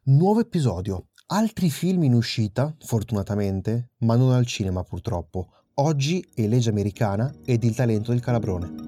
Nuovo episodio. Altri film in uscita, fortunatamente, ma non al cinema purtroppo. Oggi è Legge americana ed Il talento del calabrone.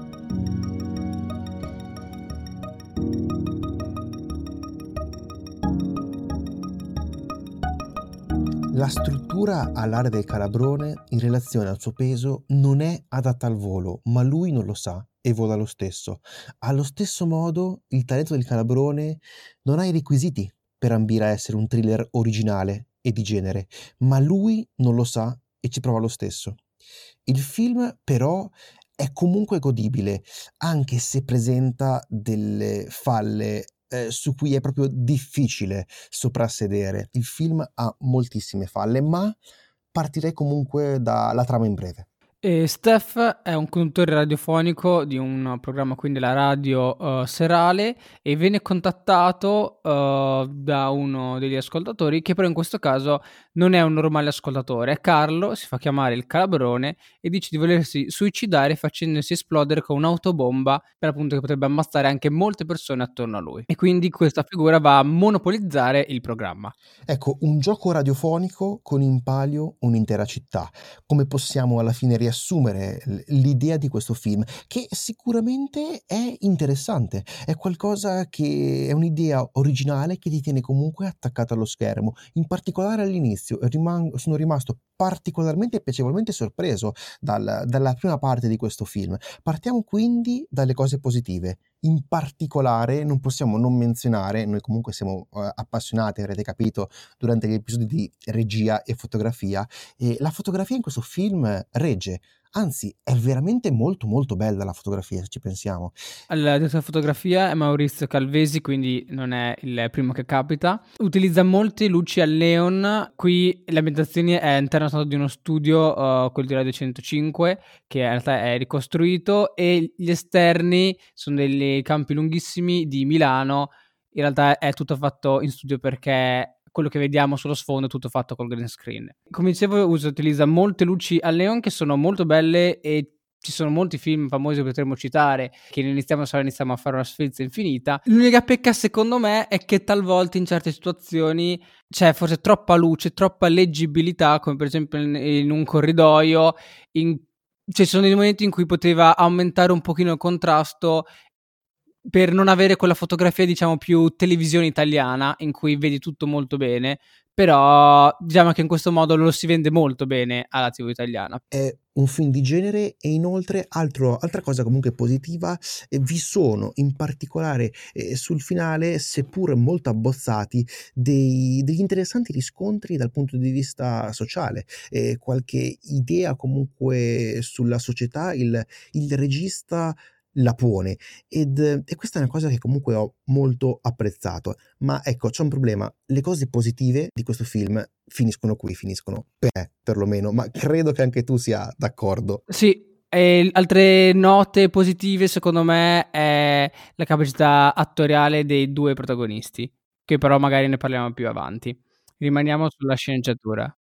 La struttura alare del calabrone in relazione al suo peso non è adatta al volo, ma lui non lo sa e vola lo stesso. Allo stesso modo, Il talento del calabrone non ha i requisiti per ambire a essere un thriller originale e di genere, ma lui non lo sa e ci prova lo stesso. Il film però è comunque godibile, anche se presenta delle falle su cui è proprio difficile soprassedere. Il film ha moltissime falle, ma partirei comunque dalla trama in breve. E Steph è un conduttore radiofonico di un programma, quindi la radio serale, e viene contattato da uno degli ascoltatori, che però in questo caso non è un normale ascoltatore, è Carlo, si fa chiamare il Calabrone e dice di volersi suicidare facendosi esplodere con un'autobomba, per appunto che potrebbe ammazzare anche molte persone attorno a lui. E quindi questa figura va a monopolizzare il programma. Ecco, un gioco radiofonico con in palio un'intera città. Come possiamo alla fine riassumere l'idea di questo film? Che sicuramente è interessante, è qualcosa che è un'idea originale che ti tiene comunque attaccato allo schermo. In particolare all'inizio sono rimasto particolarmente piacevolmente sorpreso dalla prima parte di questo film. Partiamo quindi dalle cose positive. In particolare non possiamo non menzionare, noi comunque siamo appassionati, avrete capito, durante gli episodi di regia e fotografia, e la fotografia in questo film regge, anzi è veramente molto molto bella la fotografia se ci pensiamo. Il direttore di fotografia è Maurizio Calvesi, quindi non è il primo che capita. Utilizza molte luci al neon. Qui l'ambientazione è all'interno di uno studio, quello di Radio 105, che in realtà è ricostruito, e gli esterni sono dei campi lunghissimi di Milano. In realtà è tutto fatto in studio perché quello che vediamo sullo sfondo è tutto fatto col green screen. Come dicevo, utilizza molte luci al neon che sono molto belle, e ci sono molti film famosi che potremmo citare, che iniziamo a fare una sfilza infinita. L'unica pecca secondo me è che talvolta in certe situazioni c'è forse troppa luce, troppa leggibilità, come per esempio in un corridoio, ci sono dei momenti in cui poteva aumentare un pochino il contrasto per non avere quella fotografia, diciamo, più televisione italiana, in cui vedi tutto molto bene, però diciamo che in questo modo lo si vende molto bene alla TV italiana. È un film di genere e inoltre altra cosa comunque positiva, vi sono in particolare, sul finale, seppur molto abbozzati, degli interessanti riscontri dal punto di vista sociale, qualche idea comunque sulla società il regista la pone e questa è una cosa che comunque ho molto apprezzato. Ma ecco, c'è un problema: le cose positive di questo film finiscono qui, finiscono per me perlomeno, ma credo che anche tu sia d'accordo. Sì, e altre note positive secondo me è la capacità attoriale dei due protagonisti, che però magari ne parliamo più avanti. Rimaniamo sulla sceneggiatura.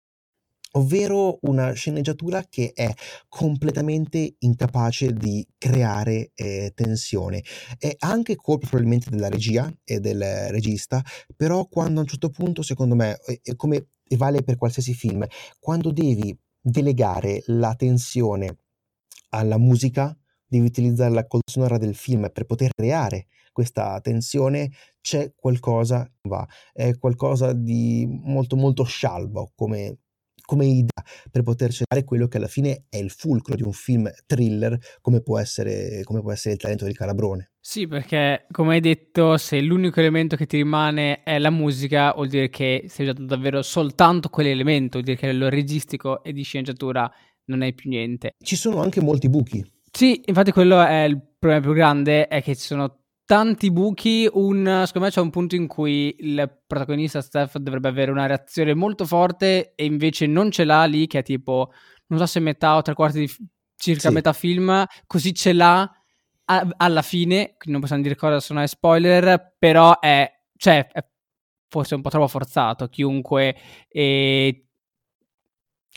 Ovvero una sceneggiatura che è completamente incapace di creare, tensione. È anche colpa probabilmente della regia e del regista, però quando a un certo punto secondo me, e vale per qualsiasi film, quando devi delegare la tensione alla musica, devi utilizzare la colonna sonora del film per poter creare questa tensione, c'è qualcosa che non va, è qualcosa di molto, molto scialbo come idea per poter cercare quello che alla fine è il fulcro di un film thriller come può essere Il talento del calabrone. Sì, perché come hai detto, se l'unico elemento che ti rimane è la musica, vuol dire che sei usato davvero soltanto quell'elemento, vuol dire che a livello registico e di sceneggiatura non hai più niente. Ci sono anche molti buchi. Sì, infatti quello è il problema più grande, è che ci sono tanti buchi. Secondo me c'è un punto in cui il protagonista Steph dovrebbe avere una reazione molto forte e invece non ce l'ha lì, che è tipo, non so se metà o tre quarti circa Sì. metà film, così ce l'ha alla fine, quindi non possiamo dire cosa, se non è spoiler, però è forse un po' troppo forzato. Chiunque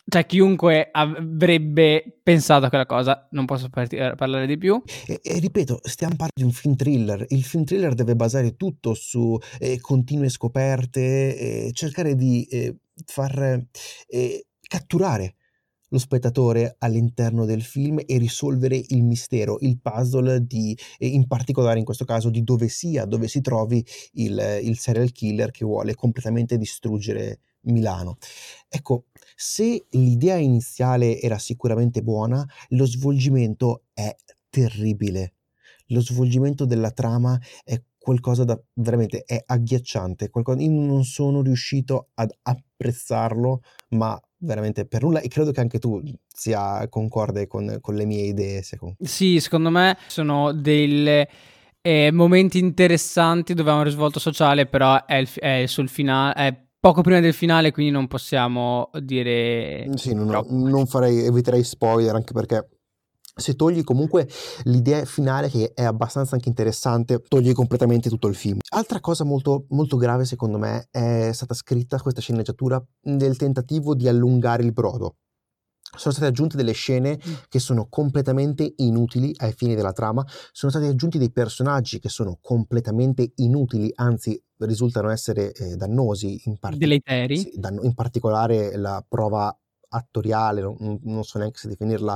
Cioè, chiunque avrebbe pensato a quella cosa, non posso parlare di più. E ripeto, stiamo parlando di un film thriller. Il film thriller deve basare tutto su continue scoperte, cercare di far catturare lo spettatore all'interno del film e risolvere il mistero, il puzzle in particolare in questo caso di dove si trovi il serial killer che vuole completamente distruggere Milano. Ecco, se l'idea iniziale era sicuramente buona, lo svolgimento è terribile. Lo svolgimento della trama è qualcosa da veramente è agghiacciante, io non sono riuscito ad apprezzarlo, ma veramente per nulla, e credo che anche tu sia concorde con le mie idee, Sì, secondo me sono dei momenti interessanti dove ha un risvolto sociale, però è sul finale, è poco prima del finale, quindi non possiamo dire Sì, troppo. non eviterei spoiler, anche perché se togli comunque l'idea finale, che è abbastanza anche interessante, togli completamente tutto il film. Altra cosa molto, molto grave secondo me è stata scritta questa sceneggiatura nel tentativo di allungare il brodo. Sono state aggiunte delle scene che sono completamente inutili ai fini della trama, sono stati aggiunti dei personaggi che sono completamente inutili, anzi risultano essere dannosi, Deleteri. sì, in particolare la prova attoriale, non so neanche se definirla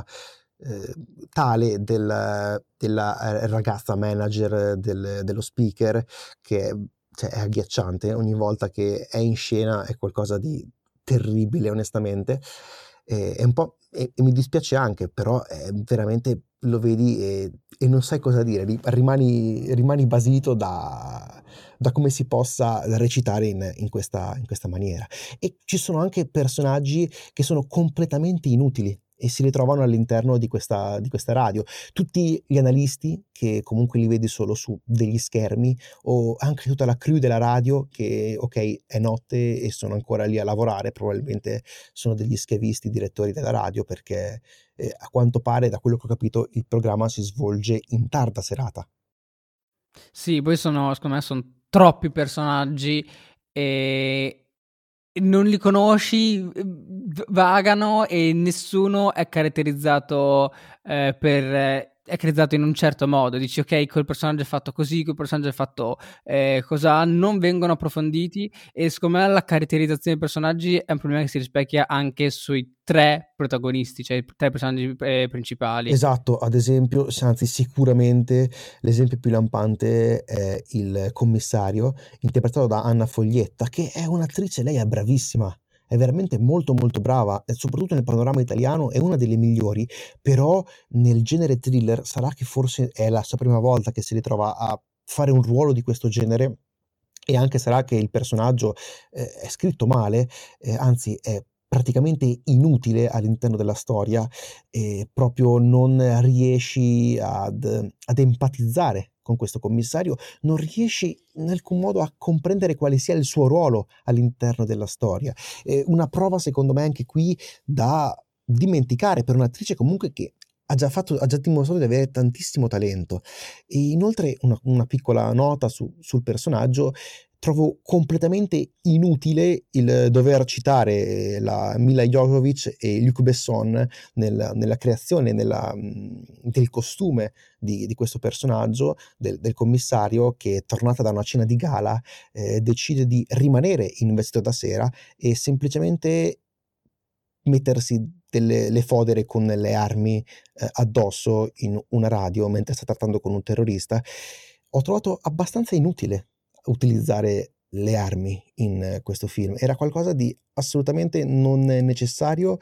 tale, della ragazza manager dello speaker, che cioè, è agghiacciante. Ogni volta che è in scena è qualcosa di terribile, onestamente. È un po', e mi dispiace anche, però veramente lo vedi e non sai cosa dire, rimani basito da come si possa recitare in questa maniera. E ci sono anche personaggi che sono completamente inutili e si ritrovano all'interno di questa radio. Tutti gli analisti, che comunque li vedi solo su degli schermi, o anche tutta la crew della radio che, ok, è notte e sono ancora lì a lavorare, probabilmente sono degli schiavisti, direttori della radio, perché a quanto pare, da quello che ho capito, il programma si svolge in tarda serata. Sì, poi secondo me sono troppi personaggi e non li conosci, vagano e nessuno è caratterizzato è caratterizzato in un certo modo. Dici ok, quel personaggio è fatto così, quel personaggio è fatto cos'ha, non vengono approfonditi e secondo me la caratterizzazione dei personaggi è un problema che si rispecchia anche sui tre protagonisti, cioè i tre personaggi principali. Esatto, ad esempio, anzi sicuramente l'esempio più lampante è il commissario, interpretato da Anna Foglietta, che è un'attrice, lei è bravissima, è veramente molto molto brava, e soprattutto nel panorama italiano è una delle migliori, però nel genere thriller sarà che forse è la sua prima volta che si ritrova a fare un ruolo di questo genere, e anche sarà che il personaggio è scritto male, anzi è praticamente inutile all'interno della storia, e proprio non riesci ad empatizzare con questo commissario, non riesci in alcun modo a comprendere quale sia il suo ruolo all'interno della storia. Una prova secondo me anche qui da dimenticare per un'attrice comunque che ha già dimostrato di avere tantissimo talento. E inoltre una piccola nota sul personaggio: trovo completamente inutile il dover citare la Mila Jovovich e Luc Besson nella creazione, del costume di questo personaggio, del commissario che, tornata da una cena di gala, decide di rimanere in vestito da sera e semplicemente mettersi le fodere con le armi addosso in una radio mentre sta trattando con un terrorista. Ho trovato abbastanza inutile utilizzare le armi in questo film. Era qualcosa di assolutamente non necessario,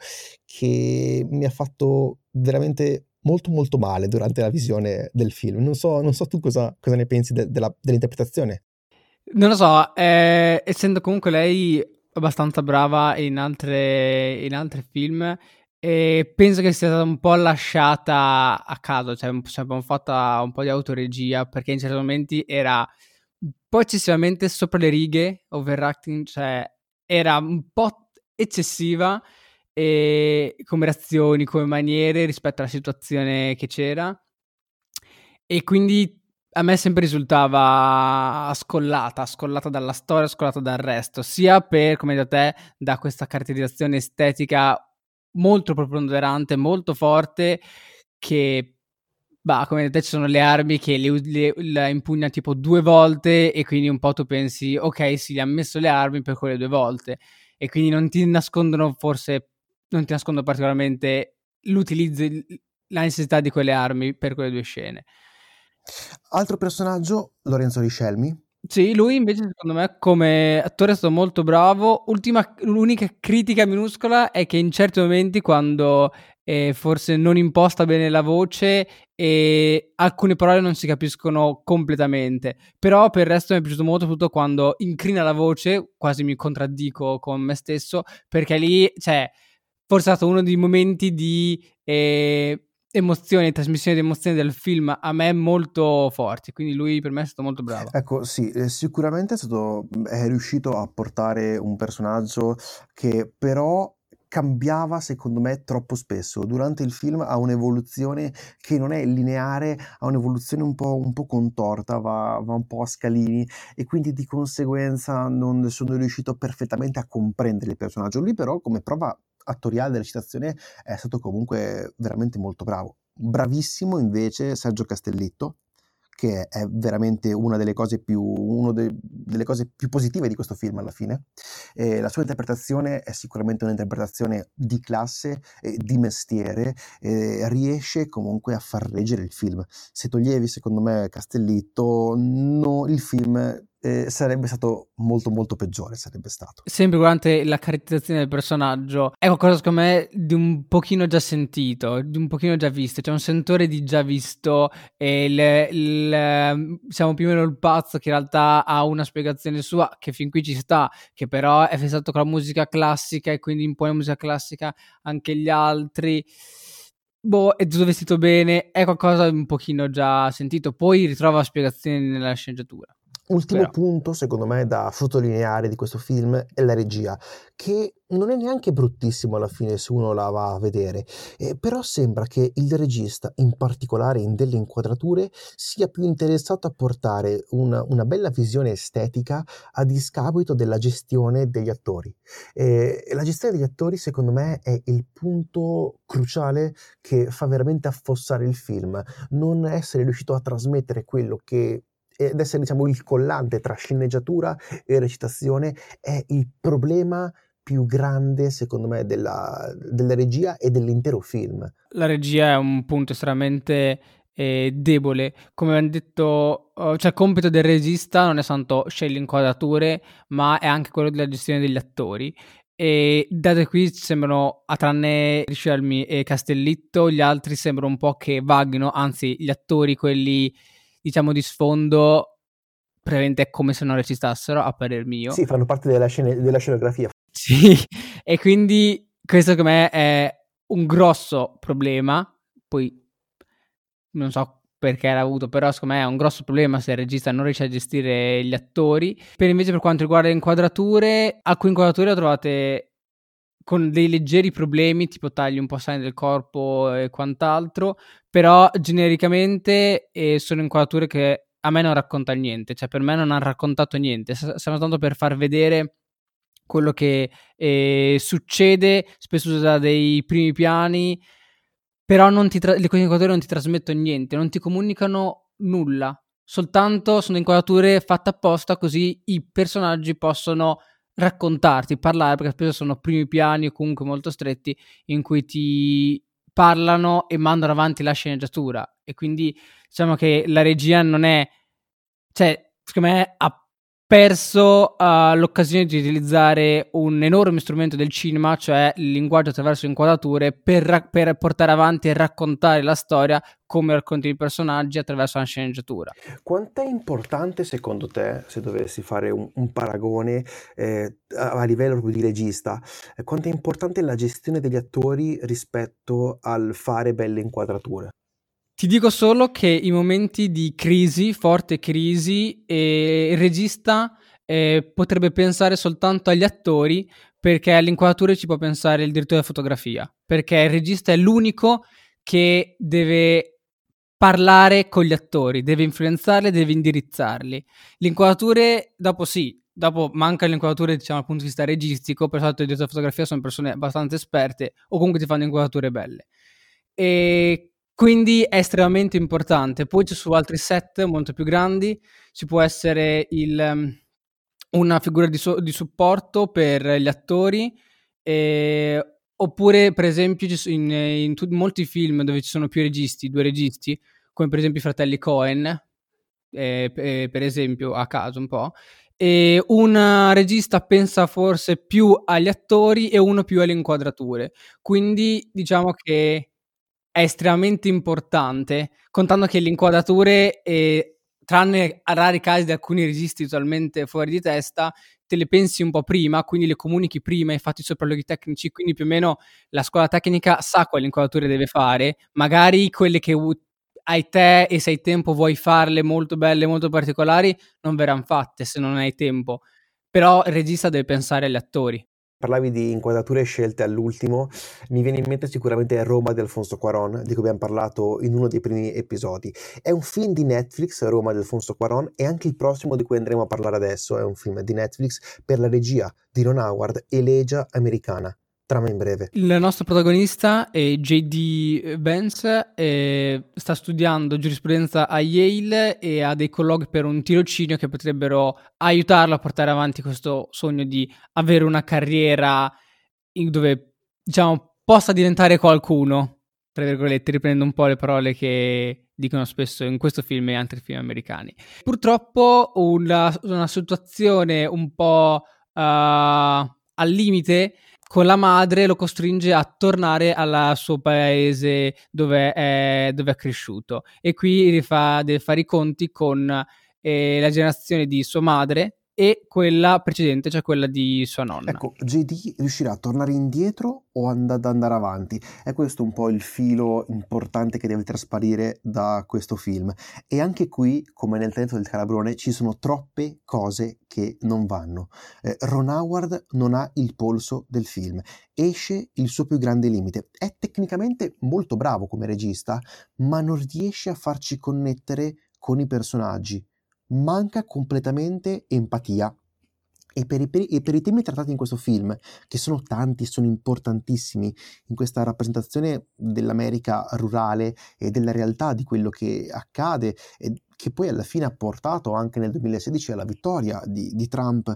che mi ha fatto veramente molto molto male durante la visione del film. Non so tu cosa ne pensi dell'interpretazione. Non lo so, essendo comunque lei abbastanza brava in altri film, penso che sia stata un po' lasciata a caso, cioè ci abbiamo fatta un po' di autoregia, perché in certi momenti era un po' eccessivamente sopra le righe, overacting, cioè era un po' eccessiva come reazioni, come maniere rispetto alla situazione che c'era. E quindi a me sempre risultava scollata dalla storia, scollata dal resto, sia per, come da te, da questa caratterizzazione estetica molto preponderante, molto forte, che come te ci sono le armi che le impugna tipo 2 volte e quindi un po' tu pensi: "Okay, sì, gli han messo le armi per quelle 2 volte", e quindi non ti nascondono particolarmente l'utilizzo la necessità di quelle armi per quelle 2 scene. Altro personaggio, Lorenzo Riscelmi. Sì, lui invece secondo me come attore è stato molto bravo. L'unica critica minuscola è che in certi momenti quando forse non imposta bene la voce e alcune parole non si capiscono completamente, però per il resto mi è piaciuto molto tutto quando incrina la voce, quasi mi contraddico con me stesso, perché lì, cioè, forse è stato uno dei momenti di emozioni, trasmissione di emozioni del film a me molto forti, quindi lui per me è stato molto bravo. Ecco, sì, sicuramente è riuscito a portare un personaggio che però cambiava secondo me troppo spesso. Durante il film ha un'evoluzione che non è lineare, ha un'evoluzione un po' contorta, va un po' a scalini e quindi di conseguenza non sono riuscito perfettamente a comprendere il personaggio. Lui però come prova attoriale della recitazione è stato comunque veramente molto bravo. Bravissimo invece Sergio Castellitto, che è veramente una delle cose delle cose più positive di questo film alla fine. La sua interpretazione è sicuramente un'interpretazione di classe e di mestiere, riesce comunque a far reggere il film. Se toglievi secondo me Castellitto, il film sarebbe stato molto molto peggiore, sarebbe stato. Sempre durante la caratterizzazione del personaggio è qualcosa secondo me di un pochino già sentito, di un pochino già visto, c'è un sentore di già visto e siamo più o meno il pazzo che in realtà ha una spiegazione sua che fin qui ci sta, che però è fissato con la musica classica e quindi impone musica classica anche gli altri. Boh, è tutto vestito bene, è qualcosa di un pochino già sentito, poi ritrova spiegazioni nella sceneggiatura. Ultimo Però. punto, secondo me, da sottolineare di questo film è la regia, che non è neanche bruttissimo alla fine se uno la va a vedere, però sembra che il regista, in particolare in delle inquadrature, sia più interessato a portare una bella visione estetica a discapito della gestione degli attori. E la gestione degli attori, secondo me, è il punto cruciale che fa veramente affossare il film. Non essere riuscito a trasmettere quello che ed essere diciamo il collante tra sceneggiatura e recitazione è il problema più grande secondo me della regia e dell'intero film. La regia è un punto estremamente debole. Come abbiamo detto, cioè il compito del regista non è soltanto scegliere le inquadrature, ma è anche quello della gestione degli attori. E date qui sembrano, a tranne Riscelmi e Castellitto, gli altri sembrano un po' che vaghino, anzi gli attori, quelli diciamo di sfondo, praticamente è come se non recitassero, a parer mio. Sì, fanno parte della scenografia. Sì, e quindi questo secondo me è un grosso problema. Poi non so perché l'ha avuto, però secondo me è un grosso problema se il regista non riesce a gestire gli attori. Per quanto riguarda le inquadrature, alcune inquadrature le ho trovate con dei leggeri problemi, tipo tagli un po' strani del corpo e quant'altro, però genericamente sono inquadrature che a me non raccontano niente, cioè per me non hanno raccontato niente, sono tanto per far vedere quello che succede, spesso usa dei primi piani, però le quelle inquadrature non ti trasmettono niente, non ti comunicano nulla, soltanto sono inquadrature fatte apposta così i personaggi possono raccontarti, parlare, perché spesso sono primi piani o comunque molto stretti in cui ti parlano e mandano avanti la sceneggiatura e quindi diciamo che la regia non è, cioè secondo me ha perso l'occasione di utilizzare un enorme strumento del cinema, cioè il linguaggio attraverso inquadrature, per portare avanti e raccontare la storia come racconti i personaggi attraverso una sceneggiatura. Quant'è importante secondo te, se dovessi fare un paragone a livello proprio di regista, quanto è importante la gestione degli attori rispetto al fare belle inquadrature? Ti dico solo che in momenti di crisi, forte crisi, il regista potrebbe pensare soltanto agli attori, perché alle inquadrature ci può pensare il direttore di fotografia, perché il regista è l'unico che deve parlare con gli attori, deve influenzarli, deve indirizzarli. Le inquadrature, dopo sì, dopo mancano le inquadrature, diciamo, dal punto di vista registico, per solito i direttori di fotografia sono persone abbastanza esperte o comunque ti fanno inquadrature belle. E quindi è estremamente importante. Poi c'è su altri set molto più grandi, ci può essere una figura di supporto per gli attori, oppure per esempio in molti film dove ci sono più registi, 2 registi, come per esempio i fratelli Coen, per esempio, a caso un po', e un regista pensa forse più agli attori e uno più alle inquadrature. Quindi diciamo che è estremamente importante, contando che le inquadrature, tranne a rari casi di alcuni registi totalmente fuori di testa, te le pensi un po' prima, quindi le comunichi prima, hai fatto i sopralluoghi tecnici, quindi più o meno la scuola tecnica sa quali inquadrature deve fare, magari quelle che hai te e se hai tempo vuoi farle molto belle, molto particolari, non verranno fatte se non hai tempo, però il regista deve pensare agli attori. Parlavi di inquadrature scelte all'ultimo, mi viene in mente sicuramente Roma di Alfonso Cuarón, di cui abbiamo parlato in uno dei primi episodi. È un film di Netflix, Roma di Alfonso Cuarón, e anche il prossimo di cui andremo a parlare adesso è un film di Netflix per la regia di Ron Howard, Elegia Americana. Trama in breve. Il nostro protagonista è J.D. Vance, sta studiando giurisprudenza a Yale e ha dei colloqui per un tirocinio che potrebbero aiutarlo a portare avanti questo sogno di avere una carriera dove, diciamo, possa diventare qualcuno, tra virgolette, riprendo un po' le parole che dicono spesso in questo film e in altri film americani. Purtroppo una situazione un po' al limite con la madre lo costringe a tornare al suo paese dove è cresciuto, e qui deve fare i conti con la generazione di sua madre e quella precedente, cioè quella di sua nonna. Ecco, JD riuscirà a tornare indietro o ad andare avanti? È questo un po' il filo importante che deve trasparire da questo film. E anche qui, come nel Tenente del Calabrone, ci sono troppe cose che non vanno. Ron Howard non ha il polso del film, esce il suo più grande limite. È tecnicamente molto bravo come regista, ma non riesce a farci connettere con i personaggi. Manca completamente empatia. E per i temi trattati in questo film, che sono tanti, sono importantissimi, in questa rappresentazione dell'America rurale e della realtà di quello che accade, e che poi alla fine ha portato anche nel 2016 alla vittoria di Trump,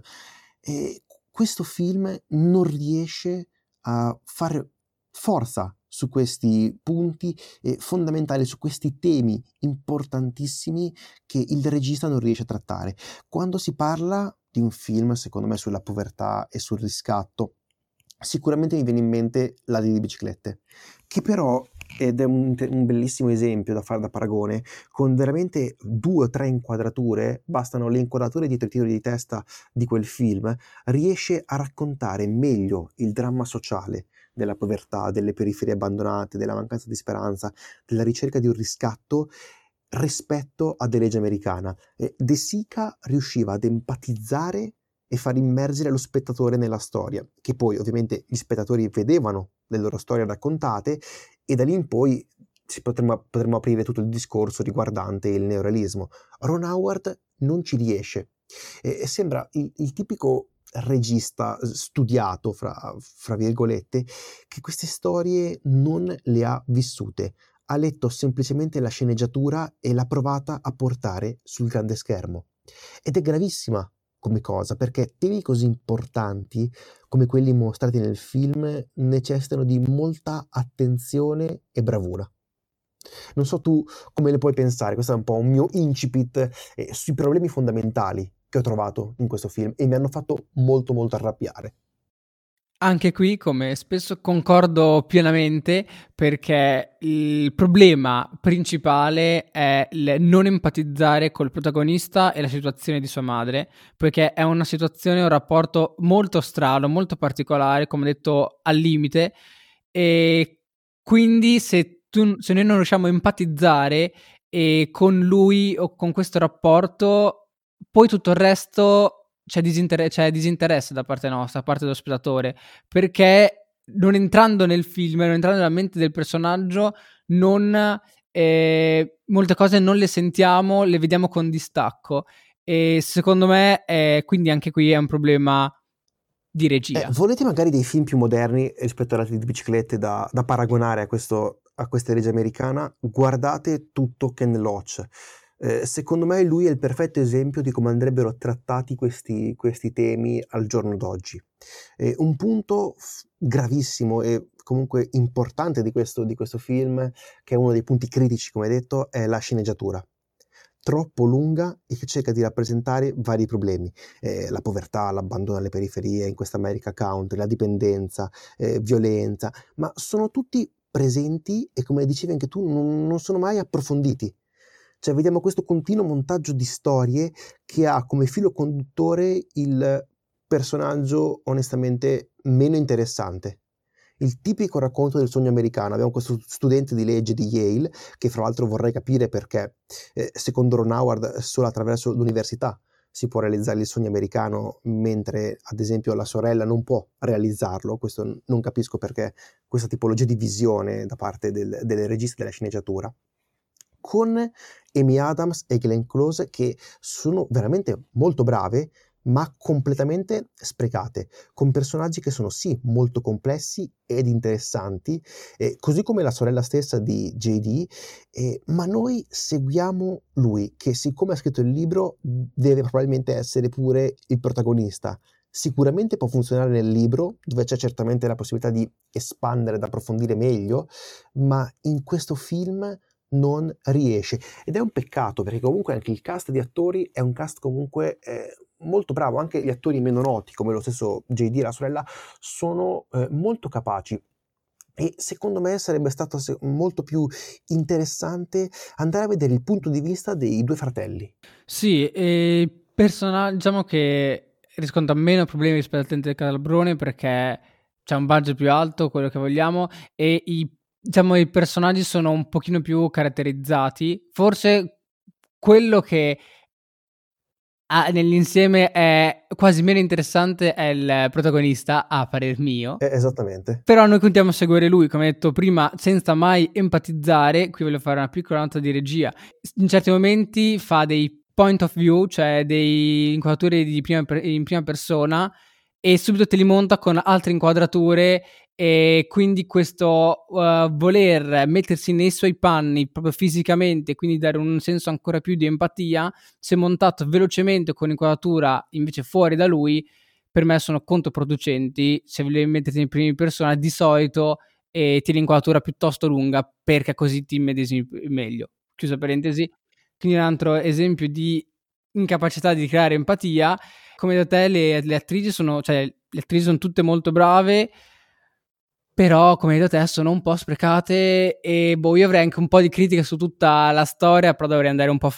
questo film non riesce a fare forza su questi punti fondamentali, su questi temi importantissimi che il regista non riesce a trattare. Quando si parla di un film, secondo me, sulla povertà e sul riscatto, sicuramente mi viene in mente La di biciclette, che però, ed è un bellissimo esempio da fare da paragone, con veramente 2 o 3 inquadrature, bastano le inquadrature dietro i titoli di testa di quel film, riesce a raccontare meglio il dramma sociale della povertà, delle periferie abbandonate, della mancanza di speranza, della ricerca di un riscatto rispetto ad Elegia Americana. De Sica riusciva ad empatizzare e far immergere lo spettatore nella storia, che poi ovviamente gli spettatori vedevano le loro storie raccontate, e da lì in poi potremmo aprire tutto il discorso riguardante il neorealismo. Ron Howard non ci riesce, sembra il tipico regista studiato, fra virgolette, che queste storie non le ha vissute. Ha letto semplicemente la sceneggiatura e l'ha provata a portare sul grande schermo. Ed è gravissima come cosa, perché temi così importanti come quelli mostrati nel film necessitano di molta attenzione e bravura. Non so tu come le puoi pensare, questo è un po' un mio incipit sui problemi fondamentali che ho trovato in questo film e mi hanno fatto molto molto arrabbiare. Anche qui, come spesso, concordo pienamente, perché il problema principale è il non empatizzare col protagonista e la situazione di sua madre, poiché è una situazione, un rapporto molto strano, molto particolare, come detto, al limite, e quindi se noi non riusciamo a empatizzare con lui o con questo rapporto, poi tutto il resto c'è disinteresse da parte nostra, da parte dello spettatore, perché non entrando nel film, non entrando nella mente del personaggio, molte cose non le sentiamo, le vediamo con distacco, e secondo me quindi anche qui è un problema di regia. Volete magari dei film più moderni rispetto alla di biciclette da paragonare a questa regia americana? Guardate tutto Ken Loach. Secondo me lui è il perfetto esempio di come andrebbero trattati questi temi al giorno d'oggi. Un punto gravissimo e comunque importante di questo film, che è uno dei punti critici, come detto, è la sceneggiatura. Troppo lunga e che cerca di rappresentare vari problemi, la povertà, l'abbandono alle periferie in questa America Country, la dipendenza, violenza, ma sono tutti presenti e, come dicevi anche tu, non sono mai approfonditi. Cioè vediamo questo continuo montaggio di storie che ha come filo conduttore il personaggio onestamente meno interessante. Il tipico racconto del sogno americano. Abbiamo questo studente di legge di Yale, che fra l'altro vorrei capire perché, secondo Ron Howard, solo attraverso l'università si può realizzare il sogno americano, mentre ad esempio la sorella non può realizzarlo. Questo non capisco perché questa tipologia di visione da parte del regista della sceneggiatura. Con Amy Adams e Glenn Close, che sono veramente molto brave, ma completamente sprecate, con personaggi che sono sì molto complessi ed interessanti, così come la sorella stessa di JD, ma noi seguiamo lui, che siccome ha scritto il libro deve probabilmente essere pure il protagonista. Sicuramente può funzionare nel libro, dove c'è certamente la possibilità di espandere, ed approfondire meglio, ma in questo film non riesce. Ed è un peccato, perché comunque anche il cast di attori è un cast comunque molto bravo, anche gli attori meno noti, come lo stesso JD e la sorella, sono molto capaci. E secondo me sarebbe stato molto più interessante andare a vedere il punto di vista dei due fratelli. Sì, diciamo che riscontra meno problemi rispetto al Tente del Calabrone perché c'è un budget più alto, quello che vogliamo, e diciamo, i personaggi sono un pochino più caratterizzati. Forse quello che nell'insieme è quasi meno interessante è il protagonista, a parer mio. Esattamente. Però noi continuiamo a seguire lui, come detto prima, senza mai empatizzare. Qui voglio fare una piccola nota di regia. In certi momenti fa dei point of view, cioè dei inquadrature in prima persona, e subito te li monta con altre inquadrature, e quindi questo voler mettersi nei suoi panni proprio fisicamente, quindi dare un senso ancora più di empatia, se montato velocemente con inquadratura invece fuori da lui, per me sono controproducenti. Se volevi metterti in prima persona, di solito tieni l'inquadratura piuttosto lunga, perché così ti immedesimi meglio. Chiusa parentesi. Quindi un altro esempio di incapacità di creare empatia. Come da te, le attrici sono, cioè, le attrici sono tutte molto brave, però come da te sono un po' sprecate, e boh, io avrei anche un po' di critica su tutta la storia, però dovrei andare un po'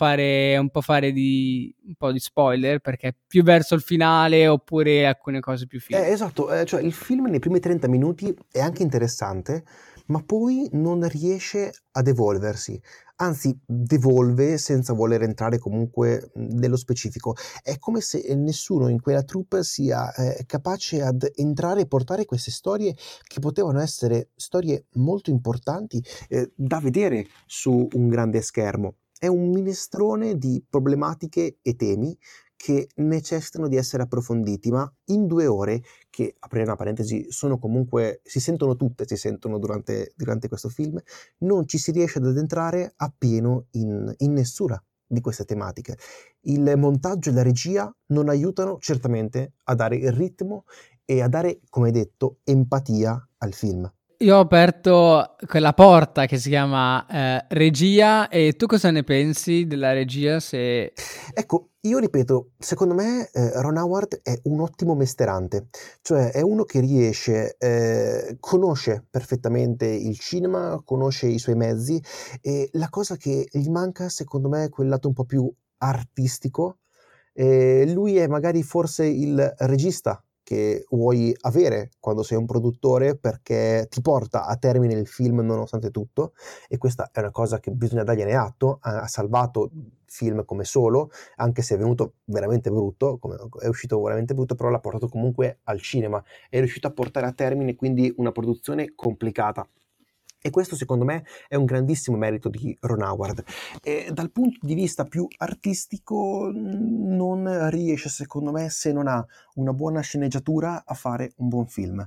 di spoiler, perché più verso il finale, oppure alcune cose più fighe. Esatto, cioè il film nei primi 30 minuti è anche interessante, ma poi non riesce ad evolversi, anzi devolve senza voler entrare comunque nello specifico. È come se nessuno in quella troupe sia capace ad entrare e portare queste storie che potevano essere storie molto importanti da vedere su un grande schermo. È un minestrone di problematiche e temi che necessitano di essere approfonditi, ma in 2 ore, che, aprire una parentesi, sono comunque si sentono durante questo film, non ci si riesce ad addentrare appieno in nessuna di queste tematiche. Il montaggio e la regia non aiutano certamente a dare il ritmo e a dare, come detto, empatia al film. Io ho aperto quella porta che si chiama regia, e tu cosa ne pensi della regia? Se Ecco, io ripeto, secondo me Ron Howard è un ottimo mesterante, cioè è uno che riesce, conosce perfettamente il cinema, conosce i suoi mezzi, e la cosa che gli manca secondo me è quel lato un po' più artistico. Lui è magari forse il regista che vuoi avere quando sei un produttore, perché ti porta a termine il film nonostante tutto, e questa è una cosa che bisogna dargliene atto. Ha salvato film come Solo, anche se è venuto veramente brutto, è uscito veramente brutto, però l'ha portato comunque al cinema, è riuscito a portare a termine quindi una produzione complicata. E questo secondo me è un grandissimo merito di Ron Howard. E dal punto di vista più artistico non riesce, secondo me, se non ha una buona sceneggiatura, a fare un buon film.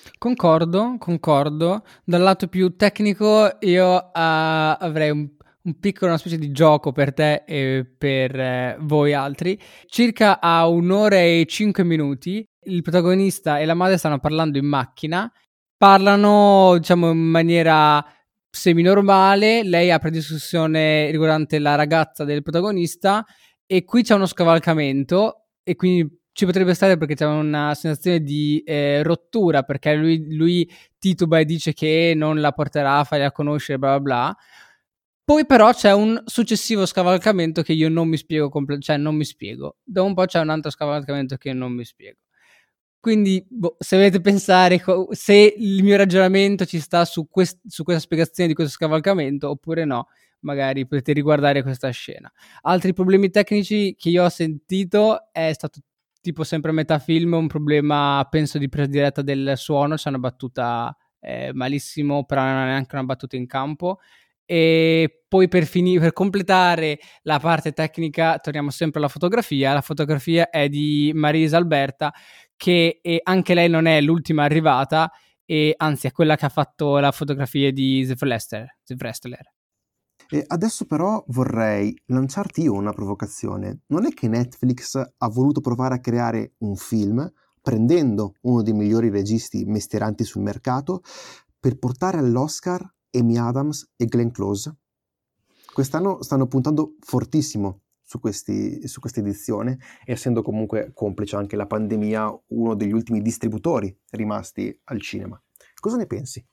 Concordo. Dal lato più tecnico io avrei un piccolo, una specie di gioco per te e per voi altri. Circa a 1 ora e 5 minuti il protagonista e la madre stanno parlando in macchina. Parlano, diciamo, in maniera semi-normale. Lei apre discussione riguardante la ragazza del protagonista e qui c'è uno scavalcamento e quindi ci potrebbe stare perché c'è una sensazione di rottura, perché lui tituba e dice che non la porterà a farla conoscere, bla bla bla. Poi però c'è un successivo scavalcamento che io non mi spiego, cioè non mi spiego. Dopo un po' c'è un altro scavalcamento che non mi spiego. Quindi, se volete pensare se il mio ragionamento ci sta su questa spiegazione di questo scavalcamento oppure no, magari potete riguardare questa scena. Altri problemi tecnici che io ho sentito è stato tipo sempre a metà film un problema, penso, di presa diretta del suono. C'è una battuta malissimo, però non è neanche una battuta in campo. E poi per completare la parte tecnica torniamo sempre alla fotografia. La fotografia è di Marisa Alberta, che anche lei non è l'ultima arrivata, e anzi è quella che ha fatto la fotografia di The Wrestler. E adesso però vorrei lanciarti io una provocazione. Non è che Netflix ha voluto provare a creare un film prendendo uno dei migliori registi mestieranti sul mercato per portare all'Oscar Amy Adams e Glenn Close? Quest'anno stanno puntando fortissimo su questa edizione, essendo comunque complice anche la pandemia, uno degli ultimi distributori rimasti al cinema. Cosa ne pensi?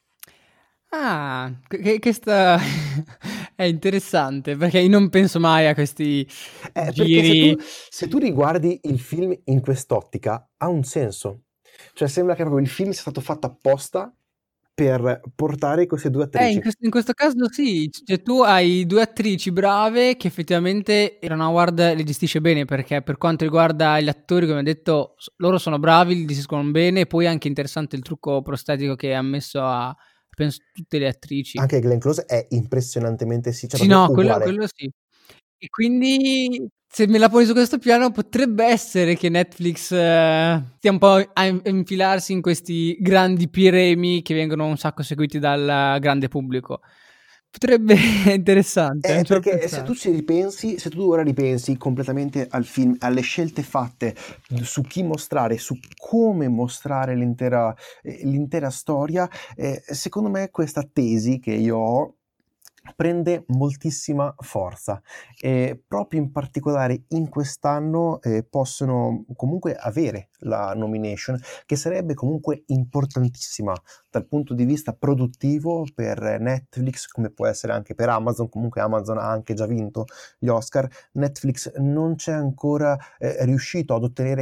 Ah, questa è interessante, perché io non penso mai a questi Perché giri. se tu riguardi il film in quest'ottica, ha un senso. Cioè sembra che proprio il film sia stato fatto apposta per portare queste due attrici. In questo caso sì, cioè tu hai 2 attrici brave che effettivamente Ron Howard le gestisce bene, perché per quanto riguarda gli attori, come ho detto, loro sono bravi, li gestiscono bene, e poi è anche interessante il trucco prostetico che ha messo a, penso, tutte le attrici. Anche Glenn Close è impressionantemente cioè Sì, proprio no, uguale. quello sì. E quindi se me la poni su questo piano potrebbe essere che Netflix stia un po' a infilarsi in questi grandi premi che vengono un sacco seguiti dal grande pubblico. Potrebbe interessante, non ci ho Perché se tu pensato. ci ripensi, se tu ora ripensi completamente al film, alle scelte fatte su chi mostrare, su come mostrare l'intera storia, secondo me questa tesi che io ho prende moltissima forza e proprio in particolare in quest'anno possono comunque avere la nomination, che sarebbe comunque importantissima dal punto di vista produttivo per Netflix, come può essere anche per Amazon. Comunque Amazon ha anche già vinto gli Oscar. Netflix non c'è ancora riuscito ad ottenere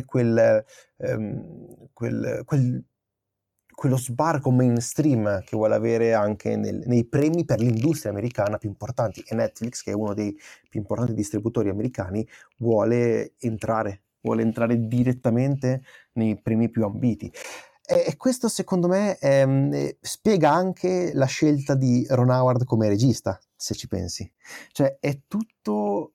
quello sbarco mainstream che vuole avere anche nei premi per l'industria americana più importanti, e Netflix, che è uno dei più importanti distributori americani, vuole entrare direttamente nei premi più ambiti. E questo secondo me spiega anche la scelta di Ron Howard come regista, se ci pensi. Cioè è tutto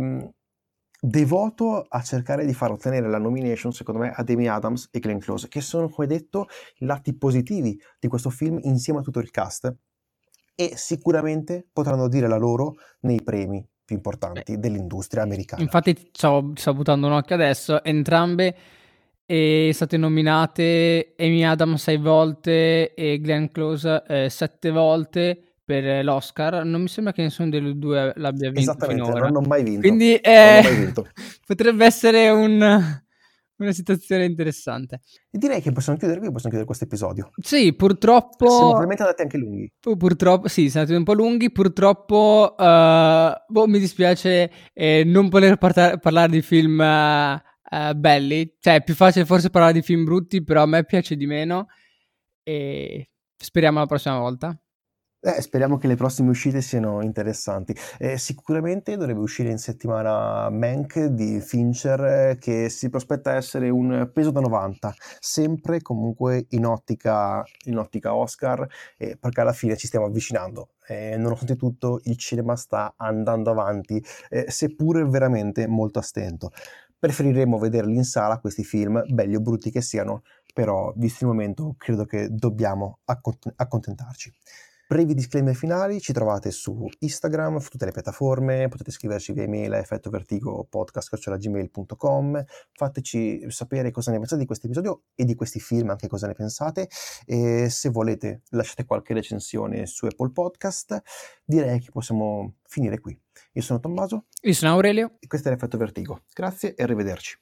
devoto a cercare di far ottenere la nomination, secondo me, ad Amy Adams e Glenn Close, che sono, come detto, i lati positivi di questo film insieme a tutto il cast, e sicuramente potranno dire la loro nei premi più importanti dell'industria americana. Infatti sto buttando un occhio adesso, entrambe state nominate, Amy Adams 6 volte e Glenn Close 7 volte per l'Oscar. Non mi sembra che nessuno delle due l'abbia vinto Esattamente, finora. non ho mai vinto. Quindi Non ho mai vinto. potrebbe essere una situazione interessante. E direi che possiamo chiudere questo episodio. Sì, purtroppo Siamo probabilmente andati anche lunghi. Purtroppo sì, siamo andati un po' lunghi. Purtroppo mi dispiace non poter parlare di film belli. Cioè, è più facile forse parlare di film brutti, però a me piace di meno. E speriamo la prossima volta. Speriamo che le prossime uscite siano interessanti. Sicuramente dovrebbe uscire in settimana Mank di Fincher, che si prospetta essere un peso da 90, sempre comunque in ottica Oscar, perché alla fine ci stiamo avvicinando. Nonostante tutto, il cinema sta andando avanti, seppure veramente molto a stento. Preferiremmo vederli in sala, questi film, belli o brutti che siano, però visto il momento credo che dobbiamo accontentarci. Brevi disclaimer finali, ci trovate su Instagram, su tutte le piattaforme, potete scriverci via email a effettovertigopodcast@gmail.com, fateci sapere cosa ne pensate di questo episodio e di questi film, anche cosa ne pensate, e se volete lasciate qualche recensione su Apple Podcast. Direi che possiamo finire qui. Io sono Tommaso Io sono Aurelio. e questo è l'Effetto Vertigo. Grazie e arrivederci.